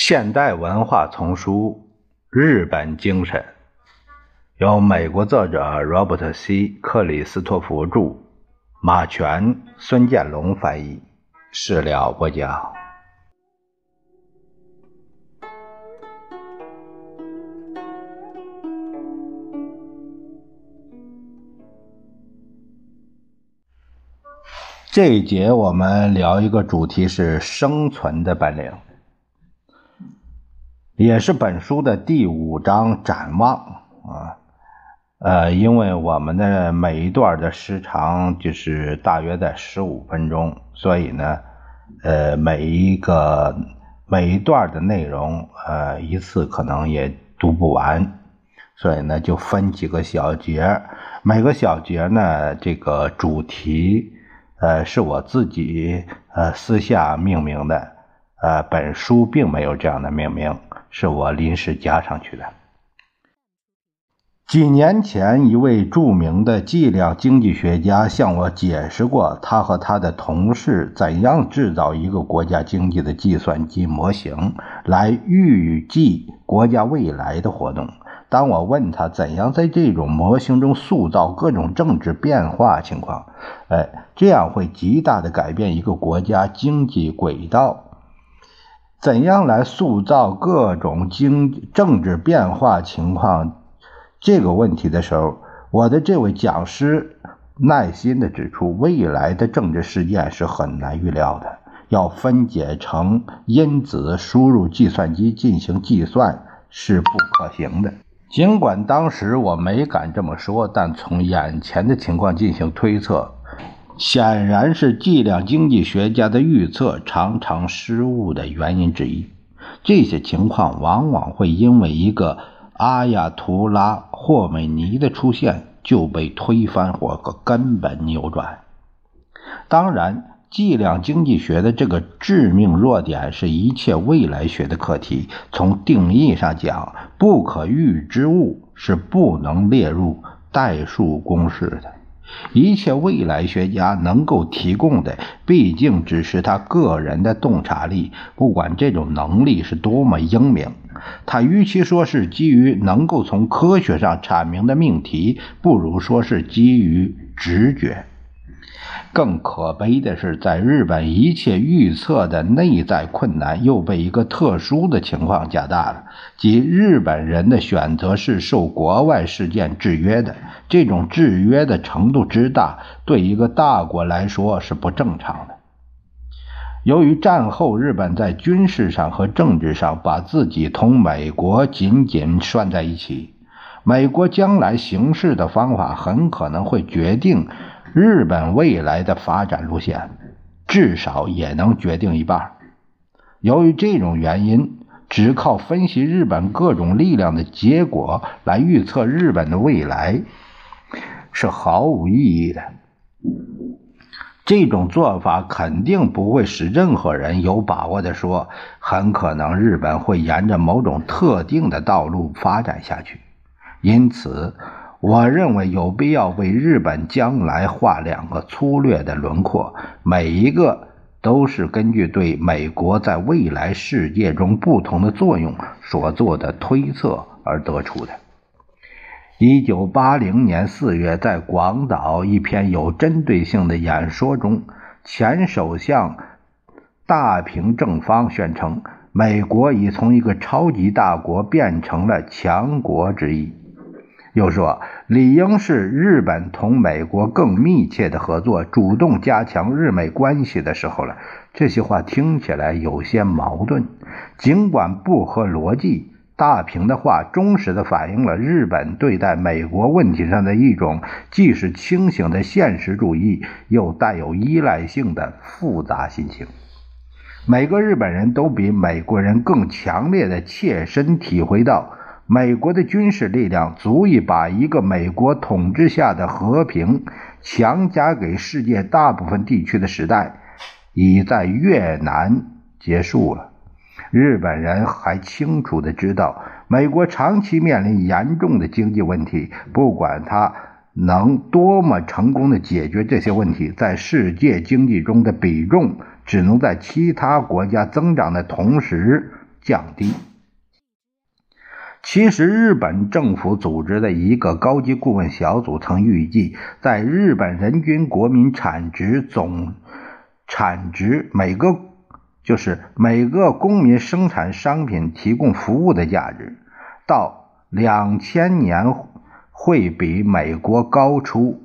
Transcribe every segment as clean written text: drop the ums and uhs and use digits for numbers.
现代文化丛书《日本精神》，由美国作者 Robert C. 克里斯托弗著，马全、孙建龙翻译，事了播讲。这一节我们聊一个主题是生存的本领，也是本书的第5章展望因为我们的每一段的时长就是大约在15分钟，所以呢每一段的内容一次可能也读不完，所以呢就分几个小节，每个小节呢这个主题是我自己私下命名的，本书并没有这样的命名，是我临时加上去的。几年前，一位著名的计量经济学家向我解释过他和他的同事怎样制造一个国家经济的计算机模型来预计国家未来的活动。当我问他怎样在这种模型中塑造各种政治变化情况，这样会极大的改变一个国家经济轨道，怎样来塑造各种政治变化情况这个问题的时候，我的这位讲师耐心地指出，未来的政治事件是很难预料的，要分解成因子输入计算机进行计算是不可行的。尽管当时我没敢这么说，但从眼前的情况进行推测，显然是计量经济学家的预测常常失误的原因之一。这些情况往往会因为一个阿亚图拉霍美尼的出现就被推翻或根本扭转。当然，计量经济学的这个致命弱点是一切未来学的课题。从定义上讲，不可预知物是不能列入代数公式的。一切未来学家能够提供的毕竟只是他个人的洞察力，不管这种能力是多么英明，他与其说是基于能够从科学上阐明的命题，不如说是基于直觉。更可悲的是，在日本一切预测的内在困难又被一个特殊的情况加大了，即日本人的选择是受国外事件制约的。这种制约的程度之大，对一个大国来说是不正常的。由于战后日本在军事上和政治上把自己同美国紧紧拴在一起，美国将来行事的方法很可能会决定日本未来的发展路线，至少也能决定一半。由于这种原因，只靠分析日本各种力量的结果来预测日本的未来是毫无意义的。这种做法肯定不会使任何人有把握地说，很可能日本会沿着某种特定的道路发展下去。因此我认为有必要为日本将来画2个粗略的轮廓，每一个都是根据对美国在未来世界中不同的作用所做的推测而得出的。1980年4月，在广岛一篇有针对性的演说中，前首相大平正方宣称，美国已从一个超级大国变成了强国之一。又说，理应是日本同美国更密切的合作，主动加强日美关系的时候了。这些话听起来有些矛盾，尽管不合逻辑，大平的话忠实地反映了日本对待美国问题上的一种既是清醒的现实主义，又带有依赖性的复杂心情。每个日本人都比美国人更强烈地切身体会到，美国的军事力量足以把一个美国统治下的和平强加给世界大部分地区的时代已在越南结束了。日本人还清楚地知道，美国长期面临严重的经济问题，不管他能多么成功地解决这些问题，在世界经济中的比重只能在其他国家增长的同时降低。其实日本政府组织的一个高级顾问小组曾预计，在日本人均国民总产值每个公民生产商品提供服务的价值，到2000年会比美国高出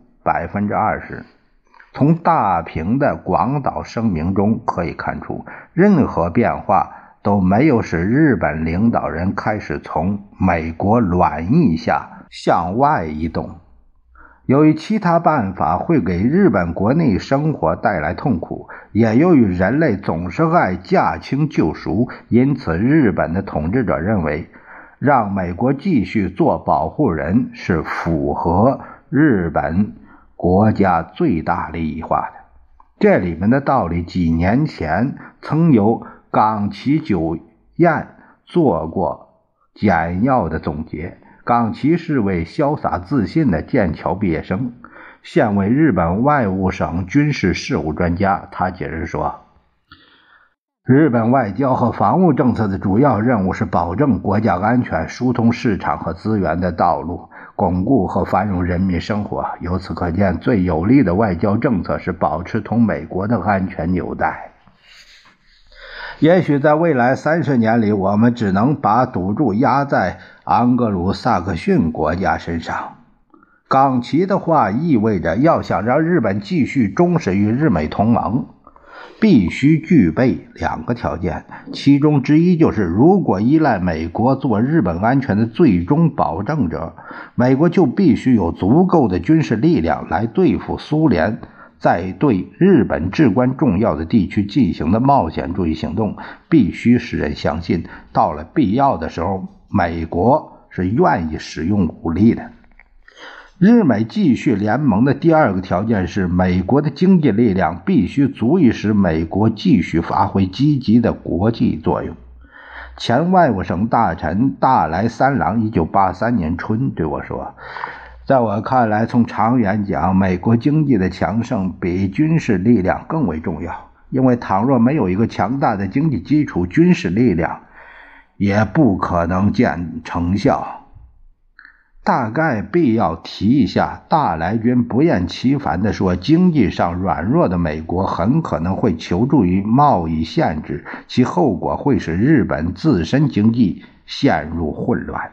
20%。 从大平的广岛声明中可以看出，任何变化都没有使日本领导人开始从美国卵意下向外移动。由于其他办法会给日本国内生活带来痛苦，也由于人类总是爱驾轻就熟，因此日本的统治者认为让美国继续做保护人是符合日本国家最大利益化的。这里面的道理几年前曾由冈崎久彦做过简要的总结。冈崎是位潇洒自信的剑桥毕业生，现为日本外务省军事事务专家。他解释说，日本外交和防务政策的主要任务是保证国家安全，疏通市场和资源的道路，巩固和繁荣人民生活。由此可见，最有力的外交政策是保持同美国的安全纽带。也许在未来30年里，我们只能把赌注压在安格鲁萨克逊国家身上。冈崎的话意味着，要想让日本继续忠实于日美同盟，必须具备2个条件，其中之一就是，如果依赖美国做日本安全的最终保证者，美国就必须有足够的军事力量来对付苏联在对日本至关重要的地区进行的冒险主义行动。必须使人相信，到了必要的时候，美国是愿意使用武力的。日美继续联盟的第2个条件是，美国的经济力量必须足以使美国继续发挥积极的国际作用。前外务省大臣大来三郎1983年春对我说，在我看来，从长远讲，美国经济的强盛比军事力量更为重要，因为倘若没有一个强大的经济基础，军事力量也不可能见成效。大概必要提一下，大来君不厌其烦地说，经济上软弱的美国很可能会求助于贸易限制，其后果会使日本自身经济陷入混乱。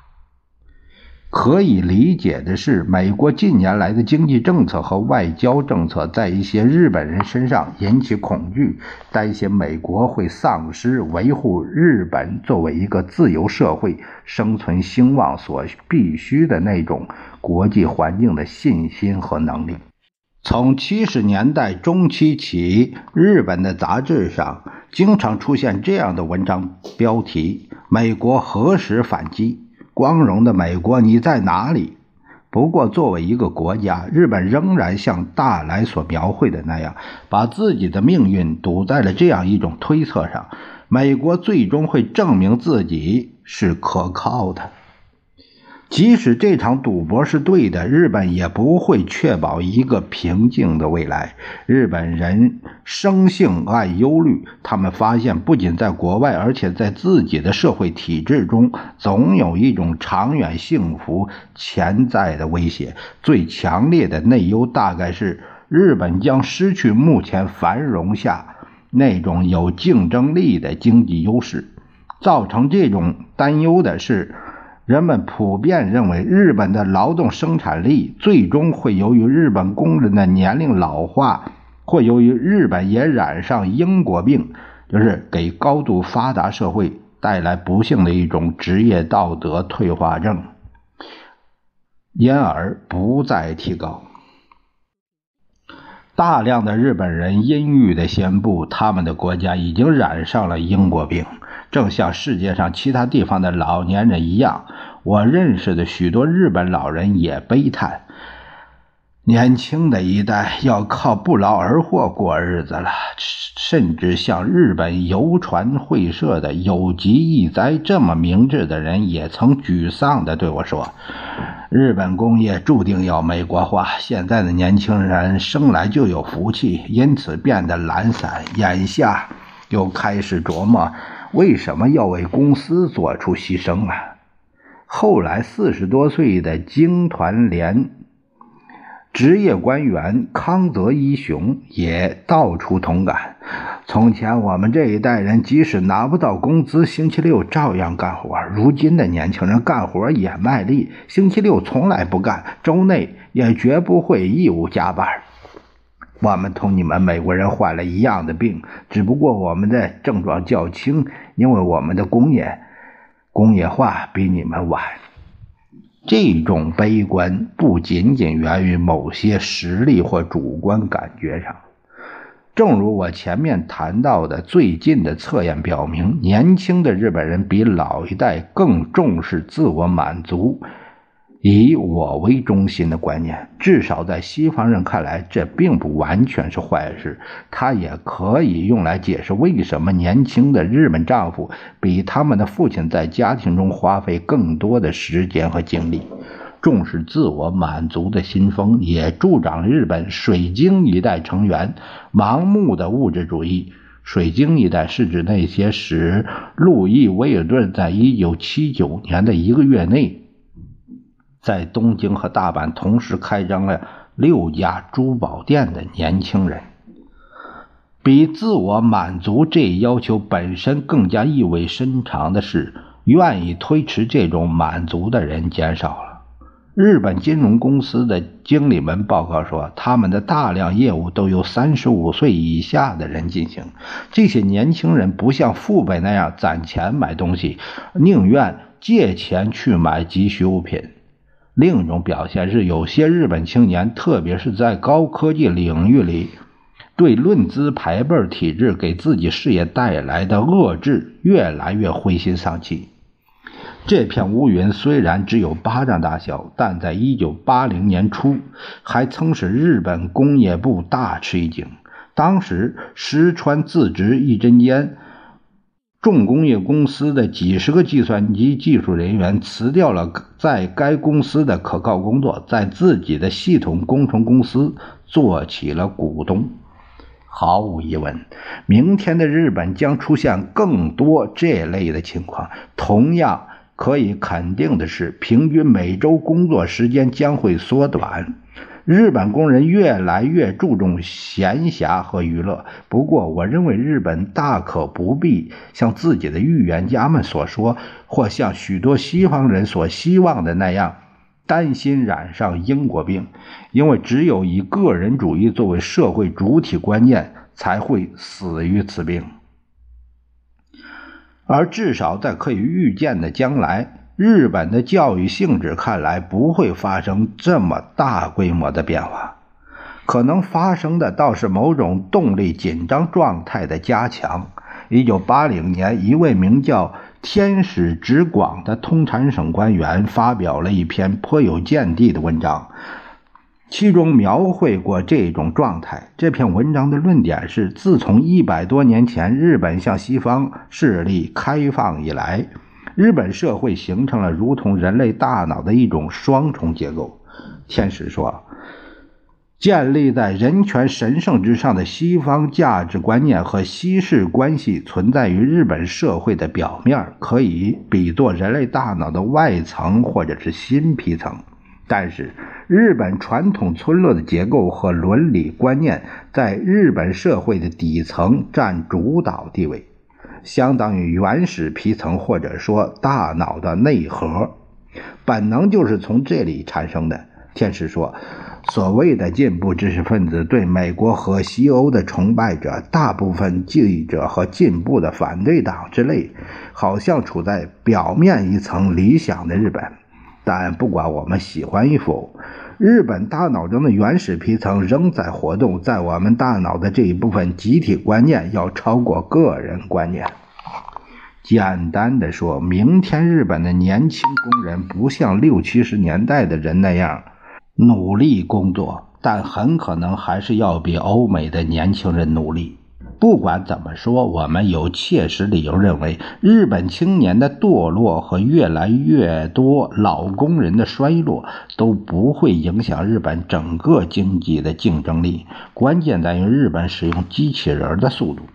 可以理解的是，美国近年来的经济政策和外交政策在一些日本人身上引起恐惧，担心美国会丧失维护日本作为一个自由社会生存兴旺所必须的那种国际环境的信心和能力。从70年代中期起，日本的杂志上经常出现这样的文章标题：美国何时反击？光荣的美国，你在哪里？不过作为一个国家，日本仍然像大来所描绘的那样，把自己的命运赌在了这样一种推测上：美国最终会证明自己是可靠的。即使这场赌博是对的，日本也不会确保一个平静的未来。日本人生性爱忧虑，他们发现不仅在国外，而且在自己的社会体制中，总有一种长远幸福潜在的威胁。最强烈的内忧大概是日本将失去目前繁荣下那种有竞争力的经济优势。造成这种担忧的是，人们普遍认为日本的劳动生产力最终会由于日本工人的年龄老化，或由于日本也染上英国病，就是给高度发达社会带来不幸的一种职业道德退化症，因而不再提高。大量的日本人阴郁地宣布，他们的国家已经染上了英国病，正像世界上其他地方的老年人一样。我认识的许多日本老人也悲叹，年轻的一代要靠不劳而获过日子了。甚至像日本游船会社的有吉义哉这么明智的人也曾沮丧地对我说，日本工业注定要美国化，现在的年轻人生来就有福气，因此变得懒散，眼下又开始琢磨为什么要为公司做出牺牲啊？后来40多岁的经团联职业官员康泽一雄也道出同感。从前我们这一代人即使拿不到工资，星期六照样干活。如今的年轻人干活也卖力，星期六从来不干，周内也绝不会义务加班。我们同你们美国人患了一样的病，只不过我们的症状较轻，因为我们的工业化比你们晚。这种悲观不仅仅源于某些实力或主观感觉上。正如我前面谈到的，最近的测验表明，年轻的日本人比老一代更重视自我满足，以我为中心的观念。至少在西方人看来，这并不完全是坏事，它也可以用来解释为什么年轻的日本丈夫比他们的父亲在家庭中花费更多的时间和精力。重视自我满足的新风也助长日本水晶一代成员盲目的物质主义。水晶一代是指那些使路易·威尔顿在1979年的1个月内在东京和大阪同时开张了6家珠宝店的年轻人。比自我满足这一要求本身更加意味深长的是，愿意推迟这种满足的人减少了。日本金融公司的经理们报告说，他们的大量业务都由35岁以下的人进行。这些年轻人不像父辈那样攒钱买东西，宁愿借钱去买急需物品。另一种表现是，有些日本青年，特别是在高科技领域里，对论资排辈体制给自己事业带来的遏制越来越灰心丧气。这片乌云虽然只有巴掌大小，但在1980年初还曾使日本工业部大吃一惊。当时石川自职一针间重工业公司的几十个计算机技术人员辞掉了在该公司的可靠工作，在自己的系统工程公司做起了股东。毫无疑问，明天的日本将出现更多这类的情况。同样可以肯定的是，平均每周工作时间将会缩短。日本工人越来越注重闲暇和娱乐。不过我认为日本大可不必像自己的预言家们所说，或像许多西方人所希望的那样担心染上英国病，因为只有以个人主义作为社会主体观念，才会死于此病。而至少在可以预见的将来，日本的教育性质看来不会发生这么大规模的变化，可能发生的倒是某种动力紧张状态的加强。1980年，一位名叫天使直广的通产省官员发表了一篇颇有见地的文章，其中描绘过这种状态。这篇文章的论点是，自从100多年前日本向西方势力开放以来，日本社会形成了如同人类大脑的一种双重结构。天使说，建立在人权神圣之上的西方价值观念和西式关系存在于日本社会的表面，可以比作人类大脑的外层或者是新皮层。但是日本传统村落的结构和伦理观念在日本社会的底层占主导地位，相当于原始皮层或者说大脑的内核。本能就是从这里产生的。天使说，所谓的进步知识分子对美国和西欧的崇拜者，大部分记者和进步的反对党之类，好像处在表面一层理想的日本。但不管我们喜欢与否，日本大脑中的原始皮层仍在活动，在我们大脑的这一部分集体观念要超过个人观念。简单的说，明天日本的年轻工人不像60、70年代的人那样努力工作，但很可能还是要比欧美的年轻人努力。不管怎么说，我们有切实理由认为，日本青年的堕落和越来越多老工人的衰落都不会影响日本整个经济的竞争力。关键在于日本使用机器人的速度。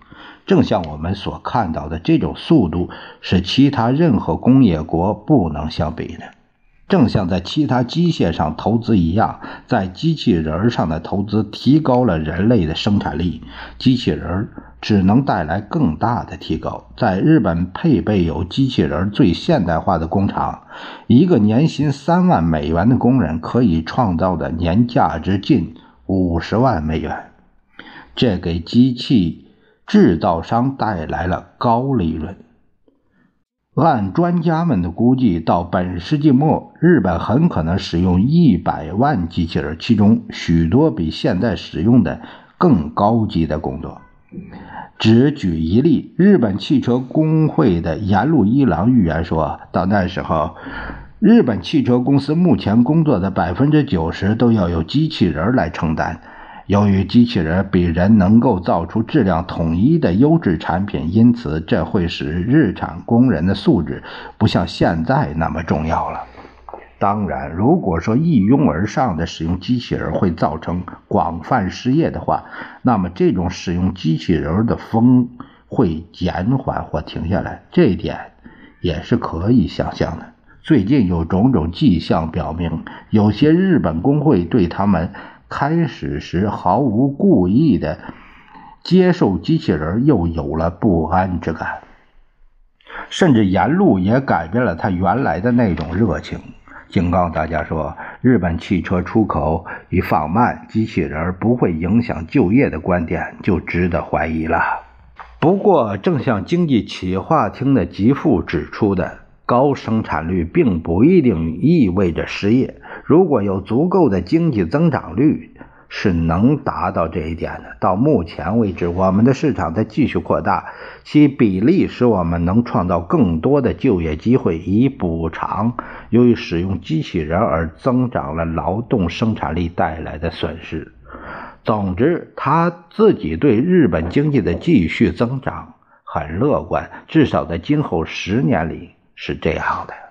正像我们所看到的，这种速度是其他任何工业国不能相比的。正像在其他机械上投资一样，在机器人上的投资提高了人类的生产力，机器人只能带来更大的提高。在日本配备有机器人最现代化的工厂，一个年薪3万美元的工人可以创造的年价值近50万美元，这给机器制造商带来了高利润。按专家们的估计，到本世纪末，日本很可能使用100万机器人，其中许多比现在使用的更高级的工作。只举一例，日本汽车工会的岩路一郎预言说，到那时候，日本汽车公司目前工作的 90% 都要由机器人来承担。由于机器人比人能够造出质量统一的优质产品，因此这会使日产工人的素质不像现在那么重要了。当然，如果说一拥而上的使用机器人会造成广泛失业的话，那么这种使用机器人的风会减缓或停下来，这一点也是可以想象的。最近有种种迹象表明，有些日本工会对他们开始时毫无故意的接受机器人又有了不安之感，甚至沿路也改变了他原来的那种热情，警告大家说，日本汽车出口已放慢，机器人不会影响就业的观点就值得怀疑了。不过，正像经济企划厅的极富指出的，高生产率并不一定意味着失业。如果有足够的经济增长率，是能达到这一点的。到目前为止，我们的市场在继续扩大，其比例使我们能创造更多的就业机会，以补偿由于使用机器人而增长了劳动生产力带来的损失。总之，他自己对日本经济的继续增长很乐观，至少在今后10年里是这样的。